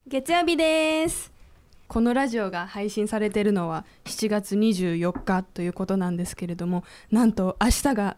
月曜日です。このラジオが配信されているのは7月24日ということなんですけれども、なんと明日が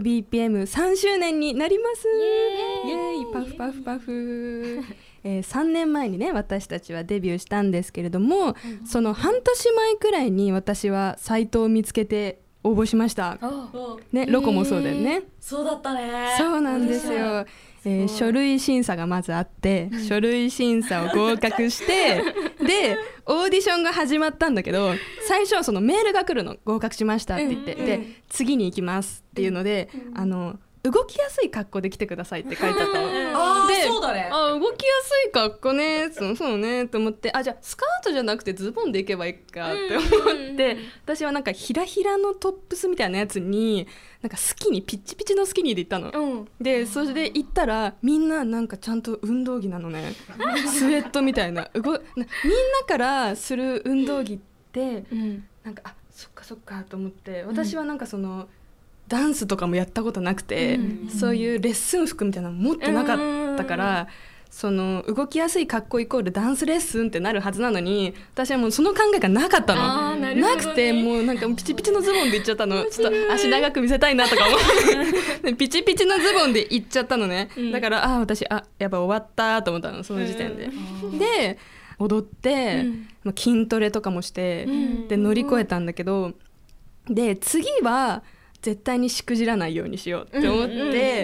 .bpm3 周年になります。イエーイパフパフパフ3年前にね私たちはデビューしたんですけれども、その半年前くらいに私はサイトを見つけて応募しました、ね、ロコもそうだよね。 そうだったね。 そうなんですよ。書類審査がまずあって、書類審査を合格してでオーディションが始まったんだけど、最初はそのメールが来るの、合格しましたって言って、で次に行きますっていうので、動きやすい格好で来てくださいって書いてあったの。 で、そうだね。 動きやすい格好ね、そうねと思って、じゃあスカートじゃなくてズボンで行けばいいかって思って、私はなんかひらひらのトップスみたいなやつになんかスキニー、ピッチピチのスキニーで行ったの、でそれで行ったらみんななんかちゃんと運動着なのねスウェットみたいなみんなからする運動着って、なんかそっかそっかと思って、私はなんかそのダンスとかもやったことなくて、そういうレッスン服みたいなの持ってなかったから、その動きやすい格好イコールダンスレッスンってなるはずなのに、私はもうその考えがなかったの。なくて、もうなんかピチピチのズボンで行っちゃったの。ちょっと足長く見せたいなとか思ってピチピチのズボンで行っちゃったのね、だから私やっぱ終わったと思ったの、その時点で、で踊って、筋トレとかもして、で乗り越えたんだけど、で次は絶対にしくじらないようにしようって思って、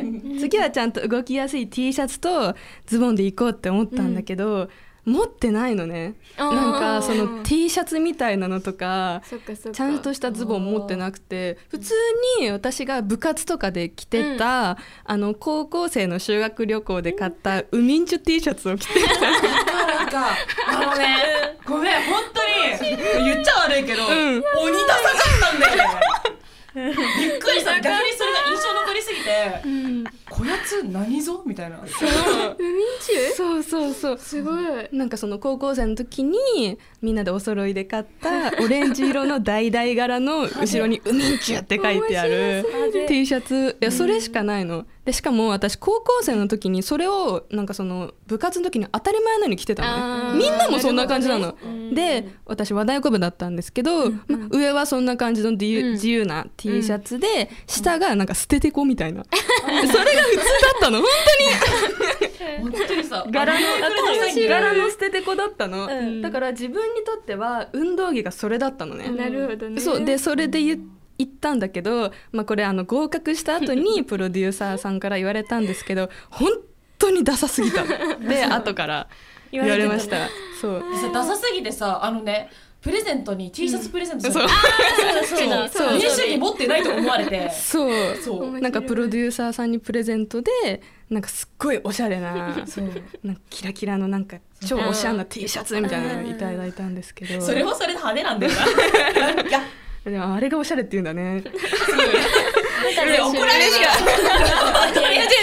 次はちゃんと動きやすい T シャツとズボンで行こうって思ったんだけど、持ってないのね。なんかその T シャツみたいなのとかちゃんとしたズボン持ってなくて、普通に私が部活とかで着てた、高校生の修学旅行で買ったウミンチュ T シャツを着てたなんかごめん本当に言っちゃ悪いけど、鬼ダサかったんだよねびっくりした。逆にそれが印象残りすぎて、こやつ何ぞみたいな。 ウミンチュ？そうすごい。なんかその高校生の時にみんなでお揃いで買ったオレンジ色の橙柄の後ろにウミンチュって書いてある T シャツ、いやそれしかないので、しかも私高校生の時にそれをなんかその部活の時に当たり前のように着てたのね。みんなもそんな感じなの、で私和太鼓部だったんですけど、上はそんな感じの自由な T シャツで、下がなんか捨ててこみたいなそれが普通だったの本当にさ柄の捨ててこだったの、だから自分にとっては運動着がそれだったのね。 なるほどね。 そうでそれで言ったんだけど、これ合格した後にプロデューサーさんから言われたんですけど本当にダサすぎたで後から言われました。そうダサすぎてさ、プレゼントに T シャツプレゼントされて、 そう練習着持ってないと思われて、 そうなんかプロデューサーさんにプレゼントでなんかすっごいおしゃれななんかキラキラのなんか超おしゃれな T シャツみたいなのいただいたんですけど、 それもそれで派手なんだよなでもあれがおしゃれって言うんだね。 怒られるしか。違うね。聞いてるプロデュー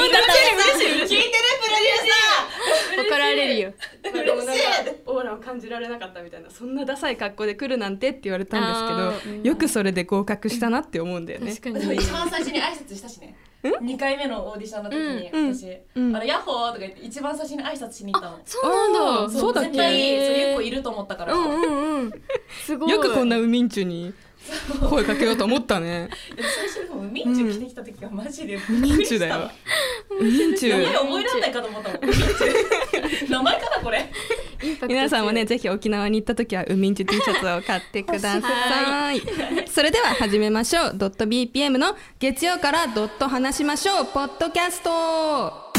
サー。 怒られるよ。 オーラを感じられなかったみたいな、そんなダサい格好で来るなんてって言われたんですけど、よくそれで合格したなって思うんだよね。 でも一番最初に挨拶したしね。2回目のオーディションの時に私ヤッホーとか言って一番最初に挨拶しに行ったの。 そうなんだ。そうだっけ。 絶対ゆっこいると思ったから、 すごいよくこんなウミンチュに声かけようと思ったね。 最初でもウミンチュ着てきた時がマジでウミンチュだよ。ウミンチュ名前覚えられないかと思ったもん。名前かなこれ。 皆さんもねぜひ沖縄に行った時はウミンチュ T シャツを買ってください。それでは始めましょう。.bpm の月曜からドット話しましょうポッドキャスト。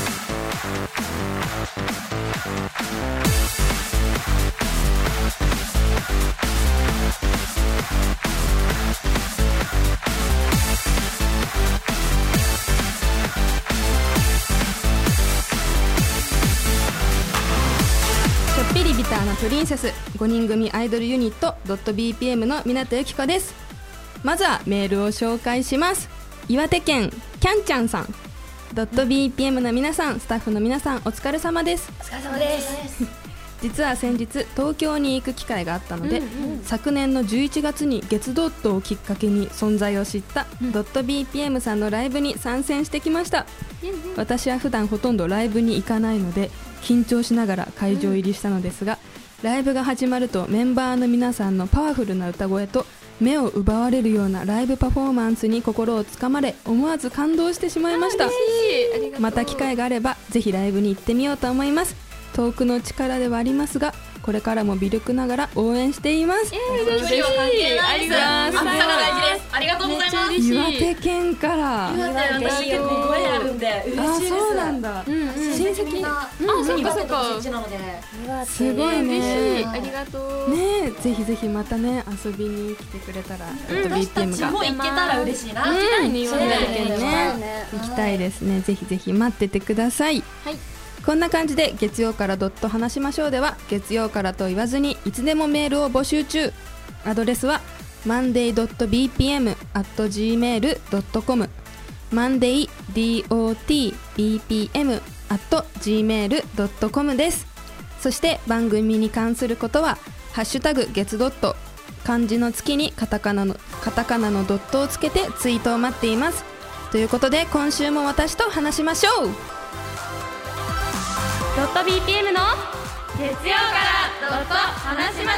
ちょっぴりビターなプリンセス5人組アイドルユニット .bpm の湊由紀子です。まずはメールを紹介します。岩手県キャンちゃんさん、.bpm の皆さん、スタッフの皆さん、お疲れ様です。 お疲れ様です。 実は先日東京に行く機会があったので、昨年の11月に月ドットをきっかけに存在を知った .bpm さんのライブに参戦してきました。私は普段ほとんどライブに行かないので緊張しながら会場入りしたのですが、ライブが始まるとメンバーの皆さんのパワフルな歌声と目を奪われるようなライブパフォーマンスに心をつかまれ、思わず感動してしまいました。また機会があればぜひライブに行ってみようと思います。遠くの力ではありますが、これからも微力ながら応援しています。 嬉しい。ありがとうございます。ありがとうございます。 岩手県から。 岩手私結構ご縁あるんで嬉しいです。 そうなんだ。親戚。 そうかそうか。 すごいね。 ありがとう。 ね、ぜひぜひまたね遊びに来てくれたら、BPM が。 もう行けたら嬉しいな。 行きたいですね。ぜひぜひ待っててください。はい。こんな感じで月曜からドット話しましょうでは、月曜からと言わずにいつでもメールを募集中。アドレスは monday.bpm@gmail.com monday.bpm@gmail.com です。そして番組に関することはハッシュタグ月ドット、漢字の月にカタカナのドットをつけてツイートを待っています。ということで今週も私と話しましょう。 ドット BPM の月曜からドット話しましょ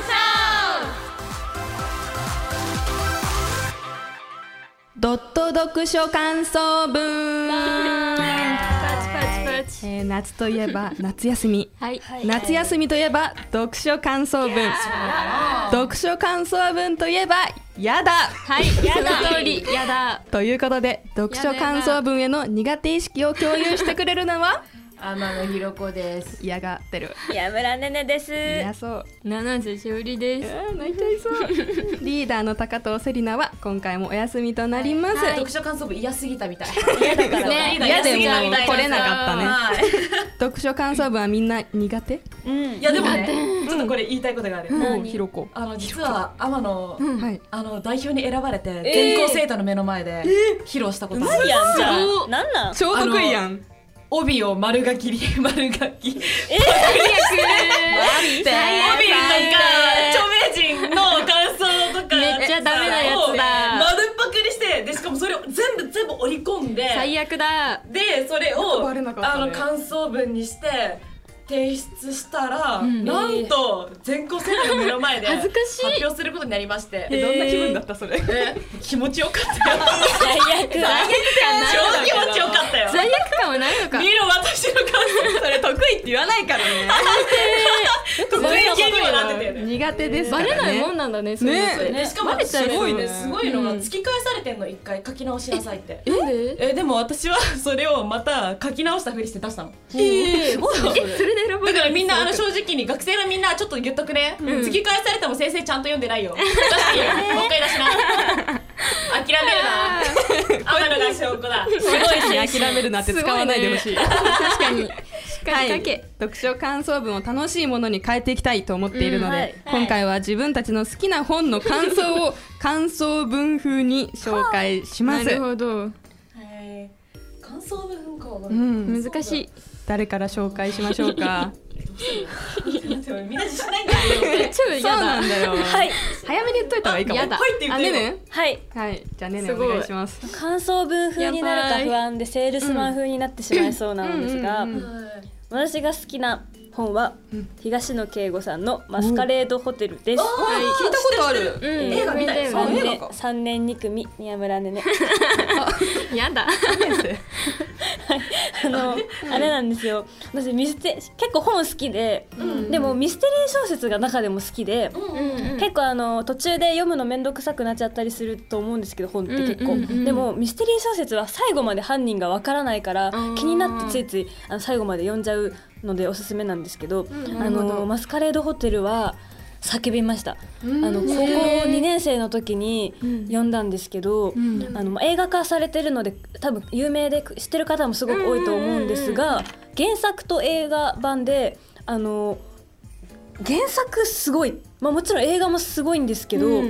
う。ドット読書感想文。夏といえば夏休み、夏休みといえば読書感想文、読書感想文といえばやだ。 はい、やだ。その通り、やだ。 ということで読書感想文への苦手意識を共有してくれるのは天野ひろ子です。 嫌がってる山村ねねです。 嫌そう。 七瀬しおりです。 泣いちゃいそうリーダーの高藤セリナは今回もお休みとなります。 読書感想文嫌すぎたみたい。嫌だからね。 嫌でも来れなかったね。読書感想文はみんな苦手？ いやでもね、ちょっとこれ言いたいことがある。 ひろこ。 実は天野代表に選ばれて全校生徒の目の前で披露したことある。 いやんじゃん。なんなん？ 超得意やん。 帯を丸書き最悪。帯とか著名人の感想とかめっちゃダメなやつだ。 丸パクリして、でしかもそれを全部織り込んで、 最悪だ。 でそれを感想文にして提出したら、なんと全校生徒の目の前で発表することになりまして。 どんな気分だったそれ？ 気持ちよかったよ。 最悪。 超気持ちよかったよ。 罪悪感はないのか。 見ろ私の感想。 それ得意って言わないからね。 得意系にはなってて苦手ですからね。 バレないもんなんだね。 しかもすごいね、すごいのが突き返されてんの。一回書き直しなさいって。でも私はそれをまた書き直したふりして出したの。 すごい。それで選ばれる。 だからみんな正直に学生のみんなちょっと言っとくね。突き返されても先生ちゃんと読んでないよ。出していいよ。もう一回出しな。諦めるな。天野が証拠だ。 すごいし、諦めるなって使わないでほしい。 確かに。しっかり書け。 読書感想文を楽しいものに変えていきたいと思っているので、今回は自分たちの好きな本の感想を感想文風に紹介します。 なるほど。 感想文か。 難しい。 誰から紹介しましょうか。 みんな自信ないんだよ。 超嫌だ。 そうなんだよ。 はい。 早めに言っといた方がいいかも。 はいって言ってよ。 はい。 はい。じゃあねねお願いします。 感想文風になるか不安でセールスマン風になってしまいそうなのですが、私が好きな本は東野圭吾さんのマスカレードホテルです。 聞いたことある。 映画みたい。 3年2組宮村ねね。 やだ。 あれなんですよ。私結構本好きで、でもミステリー小説が中でも好きで、結構途中で読むのめんどくさくなっちゃったりすると思うんですけど、本って結構。でもミステリー小説は最後まで犯人がわからないから気になってついつい最後まで読んじゃうのでおすすめなんですけど、マスカレードホテルは叫びました。高校2年生の時に読んだんですけど、映画化されてるので多分有名で知ってる方もすごく多いと思うんですが、原作と映画版で原作すごい、もちろん映画もすごいんですけど、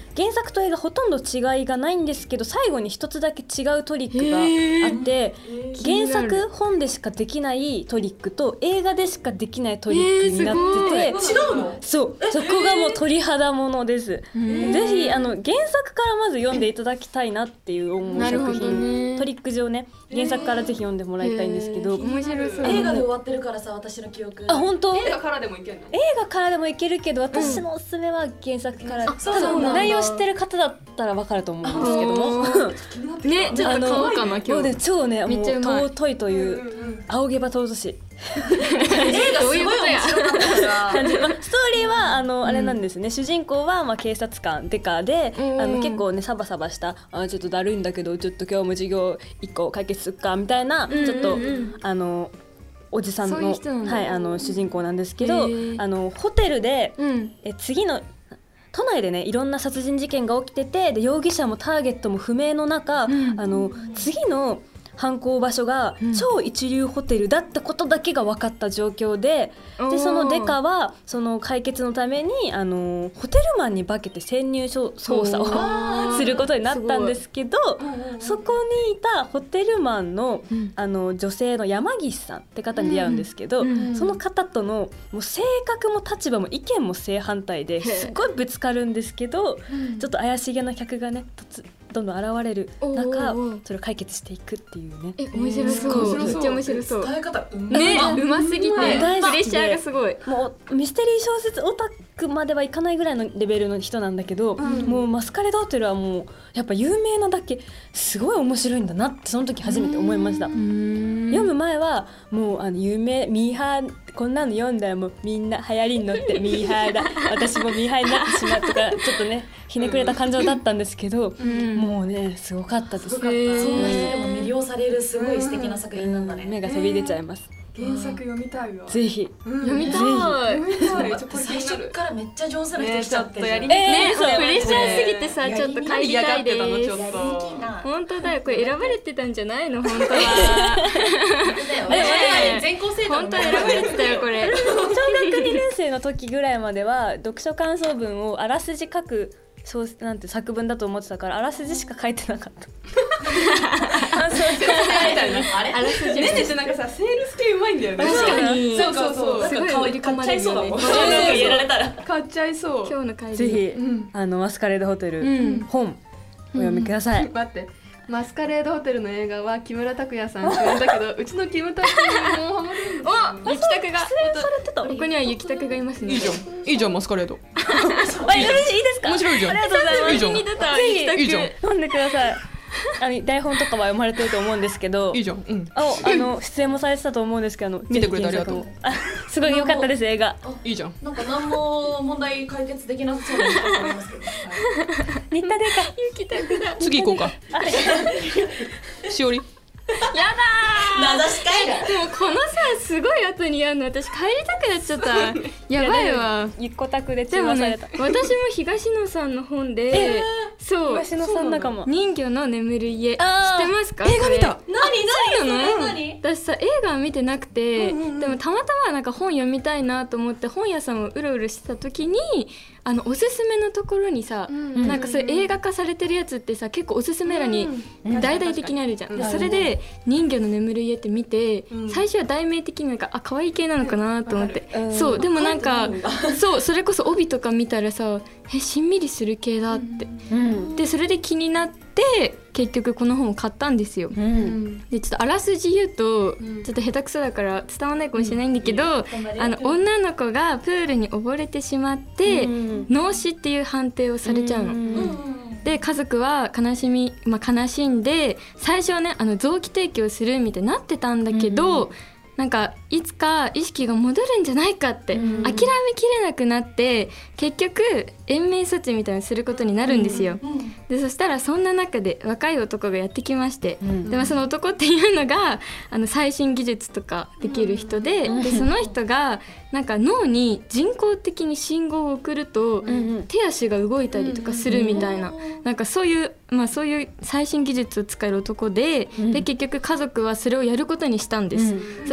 原作と映画ほとんど違いがないんですけど、最後に一つだけ違うトリックがあって、原作本でしかできないトリックと映画でしかできないトリックになってて、 違うの？ そう、そこがもう鳥肌ものです。ぜひ原作からまず読んでいただきたいなっていう思う作品、トリック上ね、原作からぜひ読んでもらいたいんですけど、 面白そう。 映画で終わってるからさ、私の記憶。 あ、本当？ 映画からでもいけるの？ 映画からでもいけるけど、私のおすすめは原作から。 そうなんだ。 内容知ってる方だったらわかると思うんですけども、 ね、ちょっと買おうかな今日。 もうね、超ね、 めっちゃうまい尊いという青毛羽尊し。 映画すごい面白かったからストーリーはあれなんですね、主人公は警察官デカで、結構ねサバサバしたちょっとだるいんだけどちょっと今日も授業1個解決すっかみたいな、ちょっとおじさんの主人公なんですけど、ホテルで、次の都内でねいろんな殺人事件が起きてて、で容疑者もターゲットも不明の中、次の犯行場所が超一流ホテルだったことだけが分かった状況で、そのデカはその解決のためにホテルマンに化けて潜入捜査をすることになったんですけど、そこにいたホテルマンの、女性の山岸さんって方に出会うんですけど、その方とのもう性格も立場も意見も正反対ですごいぶつかるんですけど、ちょっと怪しげな客がねどんどん現れる中、それを解決していくっていうね。 面白そう。めっちゃ面白そう。 伝え方ね、うますぎてプレッシャーがすごい。 もうミステリー小説オタクまではいかないぐらいのレベルの人なんだけど、もうマスカレードホテルはもうやっぱ有名なだけすごい面白いんだなってその時初めて思いました。読む前はもう有名ミーハーこんなの読んだらもうみんな流行りに乗ってミーハーだ私もミーハーになってしまうとかちょっとねひねくれた感情だったんですけど、もうねすごかったです。 そういう人でも魅了されるすごい素敵な作品なんだね。 目が飛び出ちゃいます。 原作読みたいわ。 ぜひ読みたい。 最初からめっちゃ上手な人来ちゃってちょっとやりね、プレッシャーすぎてさちょっと帰りたいです。本当だよ、これ選ばれてたんじゃないの本当は。 全校生徒本当選ばれてたよこれ。 小学2年生の時ぐらいまでは読書感想文をあらすじ書くなんて作文だと思ってたからあらすじしか書いてなかった。感想文みたいな。 あらすじ。ねねってなんかさセールス系うまいんだよね。 確かに。 そうそうそう。 なんか買っちゃいそうだもん。 やられたら買っちゃいそう。今日の帰り。 ぜひマスカレードホテル本お読みください。 待って。マスカレードホテルの映画は木村拓哉さん主演だけどうちのキムタクにもハマるんですよ。お、雪拓がここには雪拓がいますね。いいじゃんマスカレード。いいですか？ 面白いじゃん。 ありがとうございます。 いいじゃん。 ぜひいいじゃん。 読んでください。台本とかは読まれてると思うんですけど、 いいじゃん。 出演もされてたと思うんですけど、 見てくれてありがとう。 すごい良かったです映画。 いいじゃん。 なんか何も問題解決できなそうな人と思いますけど。 新田でか。 雪拓だ。次行こうか。しおり。やだ名指しかいな。 でもこのさすごい後にやるの私帰りたくなっちゃった。やばいわ。 一個タクで中和された。 私も東野さんの本で、そう東野さん仲間人魚の眠る家知ってますか？ 映画見た。 何？私さ映画は見てなくて、でもたまたまなんか本読みたいなと思って本屋さんをうろうろしてた時におすすめのところにさ、なんかそういう映画化されてるやつってさ結構おすすめ欄に大々的にあるじゃん。でそれで人魚の眠る家って見て、最初は題名的になんか可愛い系なのかなと思って、そうでもなんかそうそれこそ帯とか見たらさしんみりする系だって、でそれで気になって結局この本を買ったんですよ。でちょっとあらすじ言うとちょっと下手くそだから伝わらないかもしれないんだけど、女の子がプールに溺れてしまって脳死っていう判定をされちゃうの。で家族は悲しんで最初はね臓器提供するみたいになってたんだけど、なんかいつか意識が戻るんじゃないかって諦めきれなくなって結局延命措置みたいにすることになるんですよ。でそしたらそんな中で若い男がやってきまして、でもその男っていうのが最新技術とかできる人で、その人がなんか脳に人工的に信号を送ると手足が動いたりとかするみたいな、なんかそういう最新技術を使える男で、で結局家族はそれをやることにしたんです。そ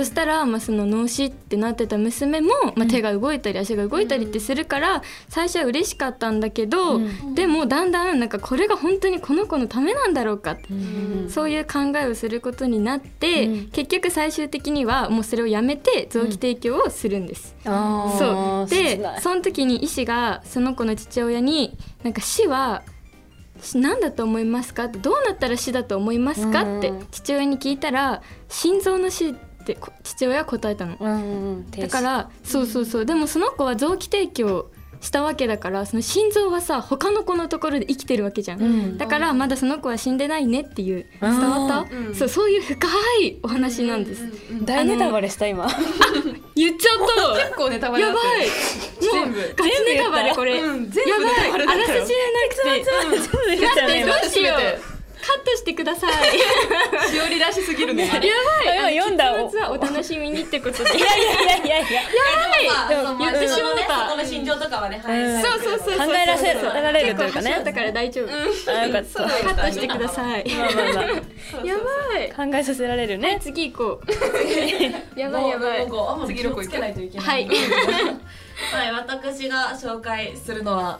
したら、その脳死ってなってた娘も、手が動いたり足が動いたりってするから、最初は嬉しかったんだけど、でもだんだんなんかこれが本当にこの子のためなんだろうかって、そういう考えをすることになって、結局最終的にはもうそれをやめて臓器提供をするんです。そうでその時に医師がその子の父親になんか死は何だと思いますかって、どうなったら死だと思いますかって父親に聞いたら、心臓の死って父親は答えたの。だからそうでもその子は臓器提供したわけだから、その心臓はさ他の子のところで生きてるわけじゃん、だからまだその子は死んでないねっていう、伝わった、そういう深いお話なんです。 大ネタバレした今言っちゃった結構ネタバレだやばったよ。 い、もうガチネタバレこれ、やばい、 全部ネタバレだあらすじじゃなくて、 だってどうしよう、カットしてくださいしおりらしすぎるね。 やばい、 今読んだ結末はお楽しみにってことでいや言ってしまったそこの心情とかはね、 そう考えられるというかね。 だから大丈夫、 よかった。 カットしてくださいやばい、 考えさせられるね。 次行こうやばいやばい、 次どこ行けないといけない。 はいはい、私が紹介するのは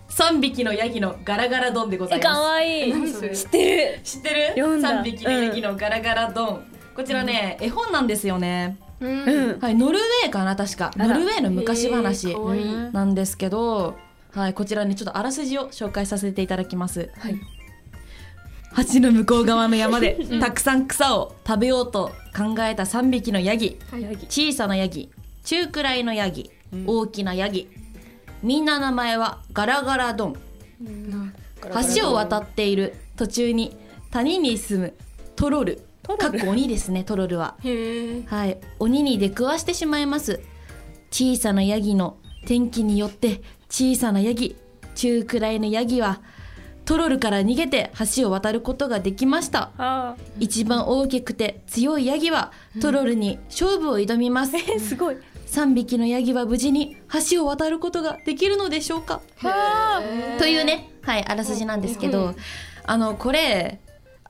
3匹のヤギのガラガラ丼でございます。 かわいい。知ってる。 知ってる読んだ。 3匹のヤギのガラガラ丼、こちらね、絵本なんですよね。 うんはい、ノルウェーかな、確かノルウェーの昔話なんですけど、はい、こちらにちょっとあらすじを紹介させていただきます。はい、橋の向こう側の山でたくさん草を食べようと考えた3匹のヤギ、小さなヤギ、中くらいのヤギ、大きなヤギ、みんな名前はガラガラドン。橋を渡っている途中に谷に住むトロル、かっこ鬼ですね、トロルは。はい、鬼に出くわしてしまいます。小さなヤギの天気によって小さなヤギ、中くらいのヤギはトロルから逃げて橋を渡ることができました。一番大きくて強いヤギはトロルに勝負を挑みます。 すごい。 3匹のヤギは無事に橋を渡ることができるのでしょうか。というね、はい、あらすじなんですけど、これ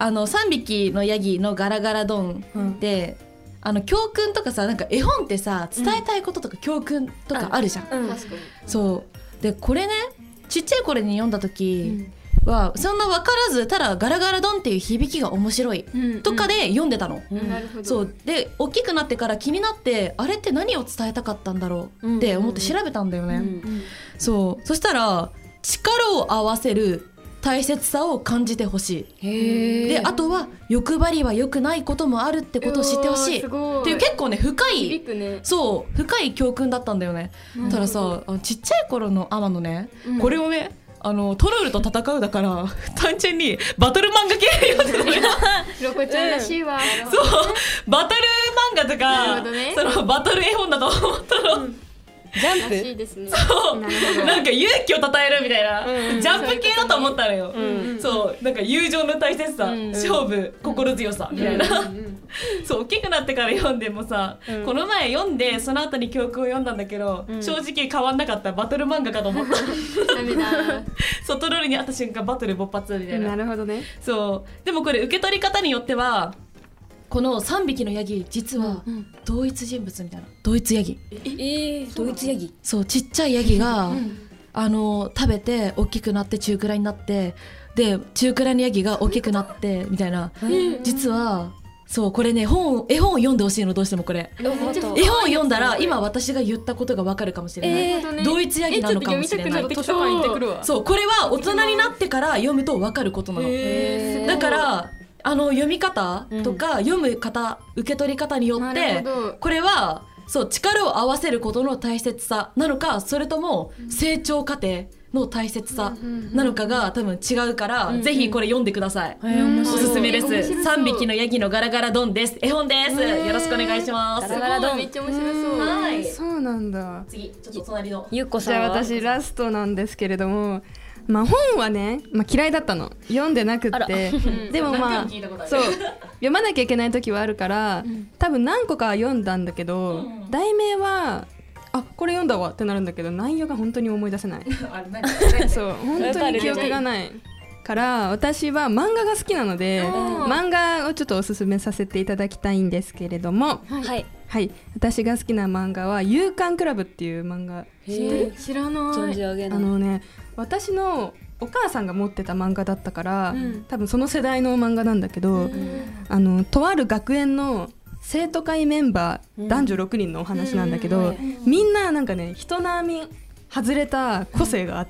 3匹のヤギのガラガラ丼で、教訓とかさ、なんか絵本ってさ、伝えたいこととか教訓とかあるじゃん。そうで、これね、ちっちゃい頃に読んだ時はそんな分からず、ただガラガラドンっていう響きが面白いとかで読んでたの。そうで、大きくなってから気になって、あれって何を伝えたかったんだろうって思って調べたんだよね。そしたら力を合わせる大切さを感じてほしい。で、あとは欲張りは良くないこともあるってことを知ってほしいっていう、結構ね、深い、そう深い教訓だったんだよね。たださ、ちっちゃい頃の天野ね、これをね、トロルと戦うだから単純にバトル漫画系読んでたのよ。 ロコちゃんらしいわ。 そうバトル漫画とか、そのバトル絵本だと思ったの。 ジャンプらしいですね。 そうなんか勇気をたたえるみたいな、ジャンプ系だと思ったのよ。そうなんか友情の大切さ、勝負、心強さみたいな。そう大きくなってから読んでもさ、この前読んでその後に教訓を読んだんだけど、正直変わんなかった。バトル漫画かと思った。 ダメだ。 そうトロルに会った瞬間バトル勃発みたいな。 なるほどね。 そうでもこれ受け取り方によっては、この3匹のヤギ実は同一人物みたいな。同一ヤギ、 同一ヤギ。 そうちっちゃいヤギが食べて大きくなって中くらいになって、で中くらいのヤギが大きくなってみたいな。実はそうこれね、絵本を読んでほしいの。どうしてもこれ絵本を読んだら今私が言ったことが分かるかもしれない。同一ヤギなのかもしれない。 図書館行ってくるわ。 そうこれは大人になってから読むと分かることなの。だから読み方とか、読む方、受け取り方によってこれはそう力を合わせることの大切さなのか、それとも成長過程の大切さなのかが多分違うから、ぜひこれ読んでください。おすすめです。3匹のヤギのガラガラドンです。絵本です。よろしくお願いします。 ガラガラドンめっちゃ面白そう。 はい、 そうなんだ。 次ちょっと隣のゆっこさんは。 じゃあ私ラストなんですけれども、まあ本はね、嫌いだったの。読んでなくって。でもそう読まなきゃいけない時はあるから、多分何個か読んだんだけど、題名はこれ読んだわってなるんだけど、内容が本当に思い出せない。そう本当に記憶がないから、私は漫画が好きなので漫画をちょっとおすすめさせていただきたいんですけれども、 はい、私が好きな漫画は夕刊クラブっていう漫画。 知らない。 存じ上げない。 私のお母さんが持ってた漫画だったから、多分その世代の漫画なんだけど、とある学園の生徒会メンバー、男女6人のお話なんだけど、みんななんかね人並み外れた個性があって、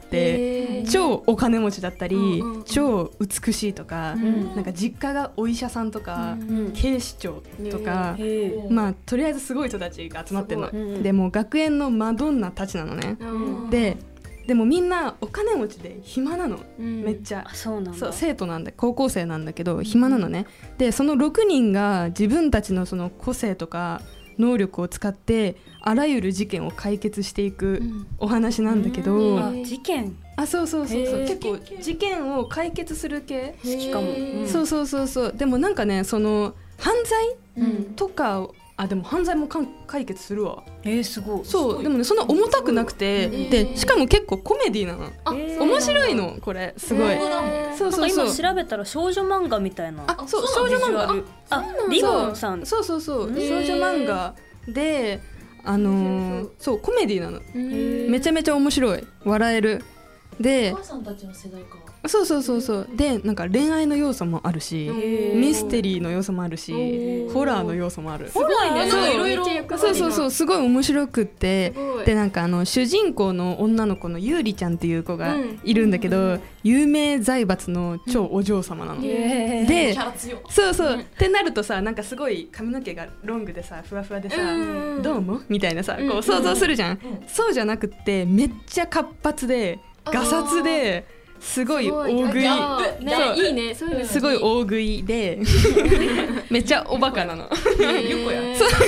超お金持ちだったり、超美しいとか、なんか実家がお医者さんとか、警視庁とか、まあとりあえずすごい人たちが集まってるの、でも学園のマドンナたちなのね、でもみんなお金持ちで暇なの、めっちゃ。そう生徒なんだ、高校生なんだけど暇なのね。でその6人が自分たちのその個性とか能力を使ってあらゆる事件を解決していくお話なんだけど、 事件、 そう結構事件を解決する系好きかも、 そうでもなんかねその犯罪とかをでも犯罪も解決するわ。 すごい。 そうでもねそんな重たくなくて、でしかも結構コメディなの。面白いのこれすごい。 そう今調べたら少女漫画みたいな。 そう少女漫画。 リボンさん。 そう少女漫画でそうコメディなの。めちゃめちゃ面白い、笑える。でお母さんたちの世代か。 そうでなんか恋愛の要素もあるし、ミステリーの要素もあるし、ホラーの要素もある。 すごいね。 いろいろそうすごい面白くって、でなんか主人公の女の子のゆうりちゃんっていう子がいるんだけど、有名財閥の超お嬢様なの。でそうってなるとさ、なんかすごい髪の毛がロングでさふわふわでさ、どうもみたいなさこう想像するじゃん。そうじゃなくってめっちゃ活発でガサツですごい大食い、 いいね、そういうのすごい大食いでめっちゃおバカなの。 ゆっこや。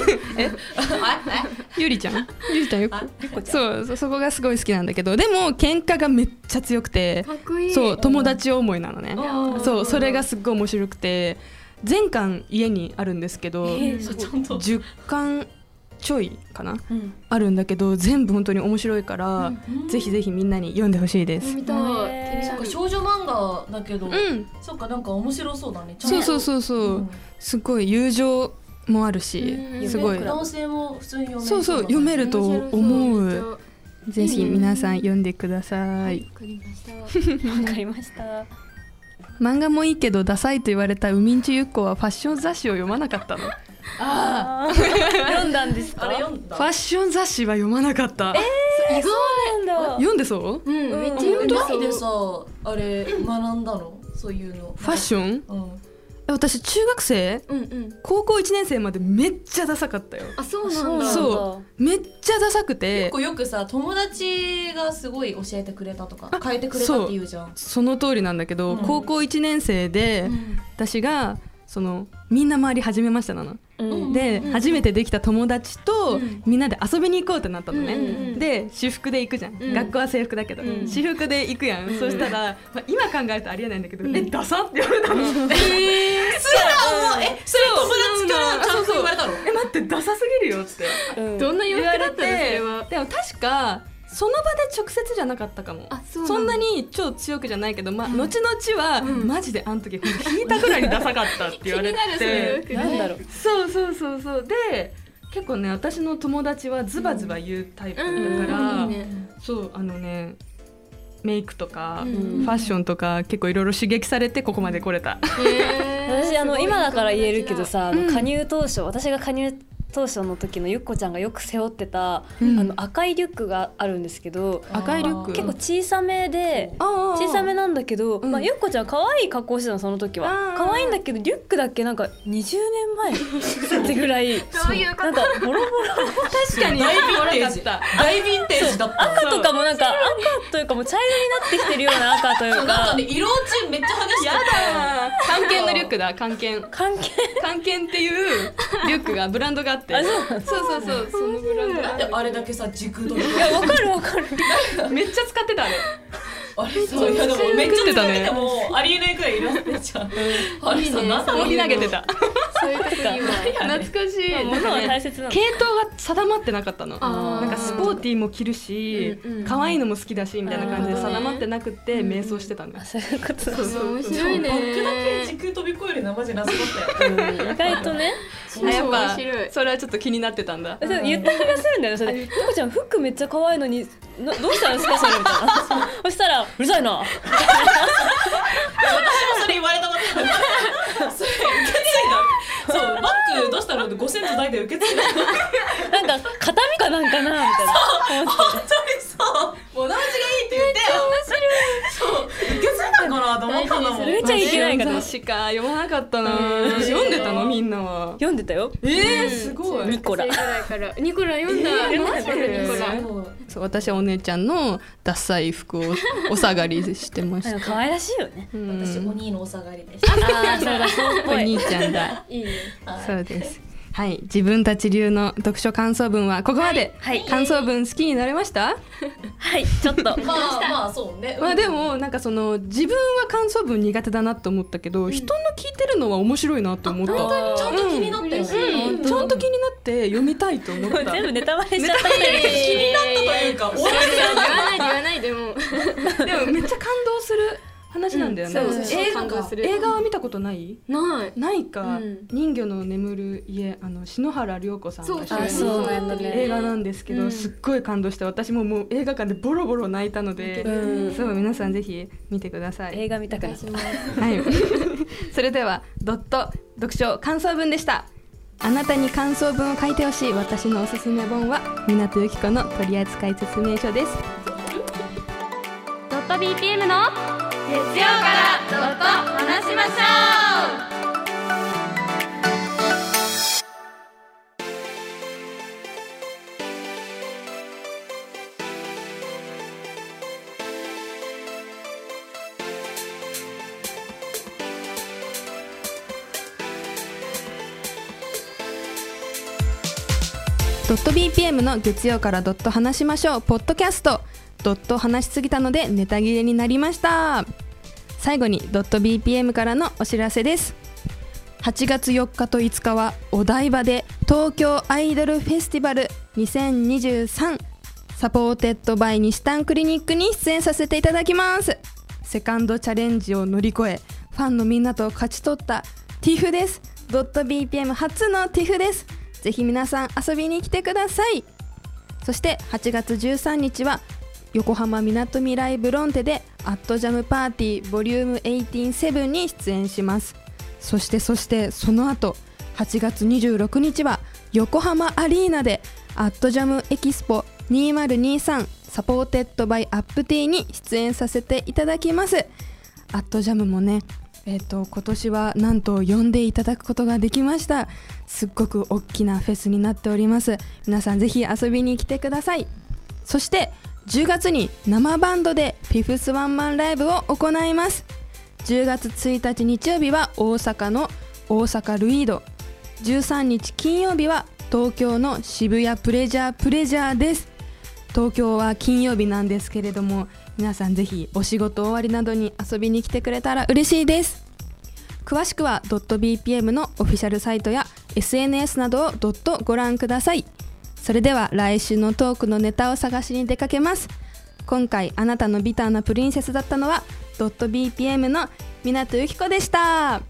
ゆりちゃんそこがすごい好きなんだけど、でも喧嘩がめっちゃ強くて、そう友達思いなのね。それがすっごい面白くて、全巻家にあるんですけど、10巻ちょいかな、あるんだけど全部本当に面白いから、ぜひぜひみんなに読んでほしいです。 そっか少女漫画だけど、そっかなんか面白そうだね。 そうすごい友情もあるし、すごい男性も普通に読める。 そう読めると思う。ぜひ皆さん読んでください。 わかりました。 漫画もいいけどダサいと言われたウミンチュユッコはファッション雑誌を読まなかったの。 読んだんですか？ ファッション雑誌は読まなかった。 意外なんだ。 読んでそう？ めっちゃ読んでそう。 でさあれ学んだの？そういうの。 ファッション？私中学生、高校1年生までめっちゃダサかったよ。 そうなんだ。 そうめっちゃダサくて、 結構よくさ友達がすごい教えてくれたとか変えてくれたって言うじゃん。 その通りなんだけど、高校1年生で、私がみんな周り初めましてなの、で、初めてできた友達と、みんなで遊びに行こうってなったのね、で私服で行くじゃん、学校は制服だけど、私服で行くやん、そしたら、今考えるとありえないんだけど、ダサって言われたの。それ友達からちゃんと言われたの？待ってダサすぎるよって、 どんな洋服だったの？それはでも確かその場で直接じゃなかったかも。そんなに超強くじゃないけど、後々は、マジであの時引いたぐらいにダサかったって言われてなんだろう。 そうで、結構ね私の友達はズバズバ言うタイプだから、そうメイクとか、ファッションとか結構いろいろ刺激されてここまで来れた。 私今だから言えるけどさ、加入当初、私が加入当初の時のゆっこちゃんがよく背負ってた、赤いリュックがあるんですけど、 赤いリュック結構小さめで小さめなんだけど、ゆっこちゃん可愛い格好してたの、その時は可愛いんだけど、リュックだけなんか20年前ってぐらいなんかボロボロ。 確かに大ヴィンテージだった。 赤とかもなんか赤というかもう茶色になってきてるような赤というか、 なんかね色落ちめっちゃ激しい。 やだ関係のリュックだ、関係っていうリュックがブランドがあって、そうそのブランドなんであれだけさ軸取り。 いやわかるめっちゃ使ってたあれ。 あれさ、いやでもめっちゃ使っててもありえないくらい色ってじゃん。あれさ、 放り投げてた。 そういう時いいわ。 懐かしい。 物は大切なの。 系統が定まってなかったの。 あーなんかスポーティーも着るし、可愛いのも好きだしみたいな感じで定まってなくて瞑想してたんだ。 そういうことだ。 面白いね。 バックだけ時空飛び越えるのはマジ謎だったよ。 意外とね。 やっぱ面白い。 それはちょっと気になってたんだ。 そう言った気がするんだよね。それで「とこちゃん服めっちゃ可愛いのにどうしたんですかそれ」みたいな。そしたら「うるさいな」。 私もそれ言われたことある。それ受け継いだ。そうバッグどうしたのってご先祖代で受け継いだ。 なんか形見かなんかなみたいな。 本当にそう物持ちがいいって言ってよ。そう受け継いだんかなと思ったのもん。 めっちゃいけないから。 雑誌か読まなかったな。読んでたのみんなは。 読んでたよ。 すごい。 ニコラ。 ぐらいからニコラ読んだ。マジでニコラ。 そう私はお姉ちゃんのダッサい服をお下がりしてました。 可愛らしいよね。 私お兄のお下がりでした。 ああそうだそうっお兄ちゃんだ。 いいね。 そうです。はい、自分たち流の読書感想文はここまで。 はい感想文好きになれました？ はいちょっと。 まあそうね。 まあでもなんかその自分は感想文苦手だなと思ったけど、人の聞いてるのは面白いなと思った。 ちゃんと気になったよね。 ちゃんと気になって読みたいと思った。 全部ネタバレしちゃった。 気になったというか終わらせ言わないでも。 でもめっちゃ感動する話なんだよね。 感動する。 映画は見たことない？ ない。 ないか、人魚の眠る家篠原涼子さんが主演そうのなんだね。 映画なんですけど、すっごい感動して私ももう映画館でボロボロ泣いたので、そう皆さんぜひ見てください。 映画見たくなった。 はい。それではドット読書感想文でした。あなたに感想文を書いてほしい私のおすすめ本は湊由紀子の取扱説明書です。 ドット BPM の月曜からドット話しましょドット BPM の月曜からドット話しましょうポッドキャスト。ドット話しすぎたのでネタ切れになりました。最後にドット BPM からのお知らせです。8月4日と5日はお台場で東京アイドルフェスティバル2023サポーテッドバイ西丹クリニックに出演させていただきます。セカンドチャレンジを乗り越えファンのみんなと勝ち取った TIFF です。ドット BPM 初の TIFF です。ぜひ皆さん遊びに来てください。そして8月13日は横浜みなとみらいブロンテでアットジャムパーティーボリューム187に出演します。そしてその後8月26日は横浜アリーナでアットジャムエキスポ2023サポーテッドバイアップティーに出演させていただきます。アットジャムもね今年はなんと呼んでいただくことができました。すっごく大きなフェスになっております。皆さんぜひ遊びに来てください。そして10月に生バンドでフィフスワンマンライブを行います。10月1日日曜日は大阪の大阪ルイード、13日金曜日は東京の渋谷プレジャーです。東京は金曜日なんですけれども、皆さんぜひお仕事終わりなどに遊びに来てくれたら嬉しいです。詳しくは .bpm のオフィシャルサイトや SNS などをご覧ください。それでは来週のトークのネタを探しに出かけます。今回あなたのビターなプリンセスだったのは .bpm の湊由紀子でした。